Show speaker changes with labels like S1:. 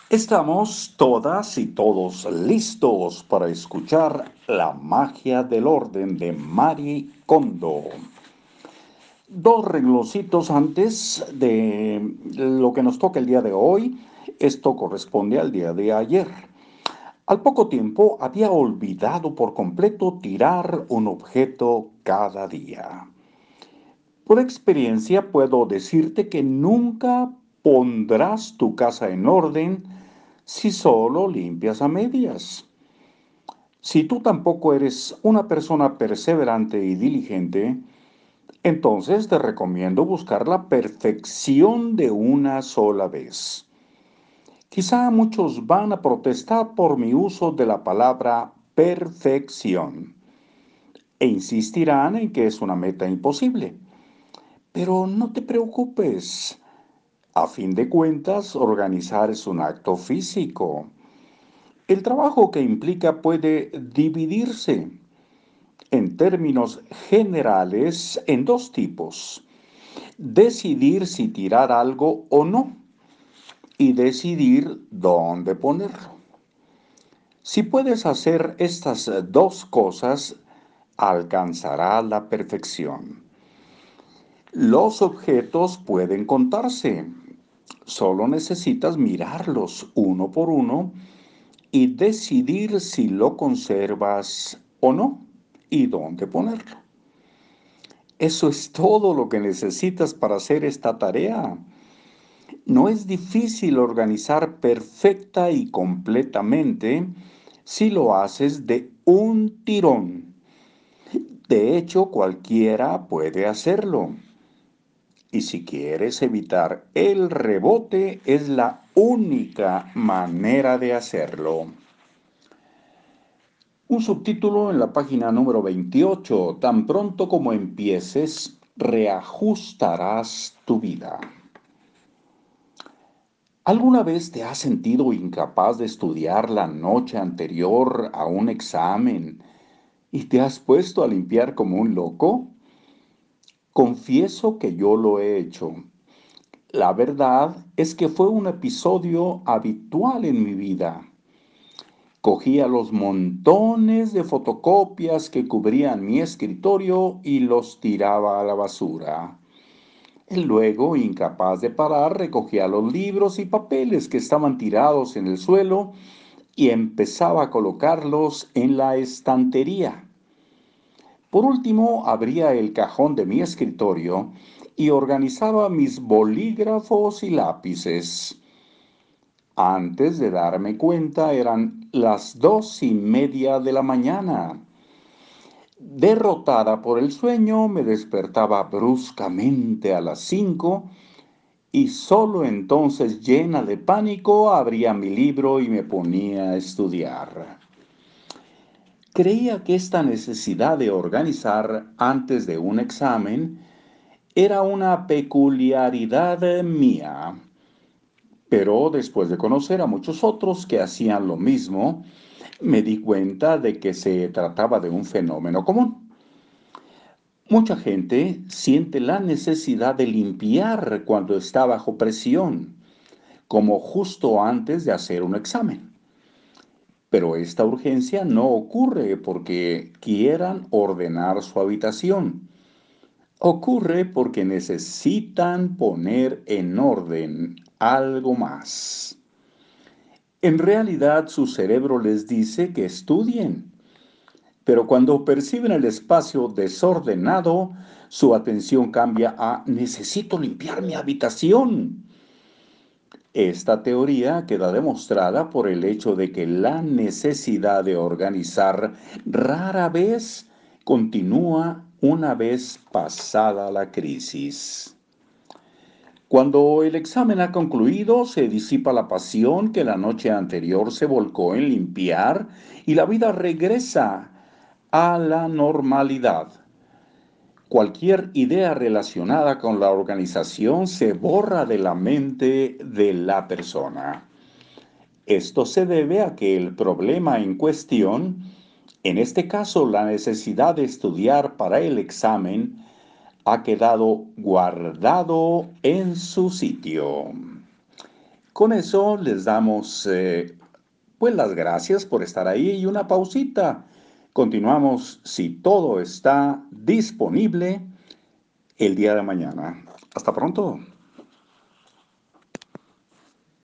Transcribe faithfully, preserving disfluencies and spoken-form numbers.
S1: Estamos todas y todos listos para escuchar La magia del orden de Marie Kondo. Dos rengloncitos antes de lo que nos toca el día de hoy, esto corresponde al día de ayer. Al poco tiempo había olvidado por completo tirar un objeto cada día. Por experiencia puedo decirte que nunca pondrás tu casa en orden si solo limpias a medias. Si tú tampoco eres una persona perseverante y diligente, entonces te recomiendo buscar la perfección de una sola vez. Quizá muchos van a protestar por mi uso de la palabra perfección e insistirán en que es una meta imposible. Pero no te preocupes. A fin de cuentas, organizar es un acto físico. El trabajo que implica puede dividirse, en términos generales, en dos tipos. Decidir si tirar algo o no y decidir dónde ponerlo. Si puedes hacer estas dos cosas, alcanzarás la perfección. Los objetos pueden contarse. Solo necesitas mirarlos uno por uno y decidir si lo conservas o no y dónde ponerlo. Eso es todo lo que necesitas para hacer esta tarea. No es difícil organizar perfecta y completamente si lo haces de un tirón. De hecho, cualquiera puede hacerlo. Y si quieres evitar el rebote, es la única manera de hacerlo. Un subtítulo en la página número veintiocho. Tan pronto como empieces, reajustarás tu vida. ¿Alguna vez te has sentido incapaz de estudiar la noche anterior a un examen y te has puesto a limpiar como un loco? Confieso que yo lo he hecho. La verdad es que fue un episodio habitual en mi vida. Cogía los montones de fotocopias que cubrían mi escritorio y los tiraba a la basura. Y luego, incapaz de parar, recogía los libros y papeles que estaban tirados en el suelo y empezaba a colocarlos en la estantería. Por último, abría el cajón de mi escritorio y organizaba mis bolígrafos y lápices. Antes de darme cuenta eran las dos y media de la mañana. Derrotada por el sueño, me despertaba bruscamente a las cinco y solo entonces, llena de pánico, abría mi libro y me ponía a estudiar. Creía que esta necesidad de organizar antes de un examen era una peculiaridad mía. Pero después de conocer a muchos otros que hacían lo mismo, me di cuenta de que se trataba de un fenómeno común. Mucha gente siente la necesidad de limpiar cuando está bajo presión, como justo antes de hacer un examen. Pero esta urgencia no ocurre porque quieran ordenar su habitación. Ocurre porque necesitan poner en orden algo más. En realidad su cerebro les dice que estudien, pero cuando perciben el espacio desordenado, su atención cambia a necesito limpiar mi habitación. Esta teoría queda demostrada por el hecho de que la necesidad de organizar rara vez continúa una vez pasada la crisis. Cuando el examen ha concluido, se disipa la pasión que la noche anterior se volcó en limpiar y la vida regresa a la normalidad. Cualquier idea relacionada con la organización se borra de la mente de la persona. Esto se debe a que el problema en cuestión, en este caso la necesidad de estudiar para el examen, ha quedado guardado en su sitio. Con eso les damos eh, pues las gracias por estar ahí y una pausita. Continuamos si todo está disponible el día de mañana. Hasta pronto.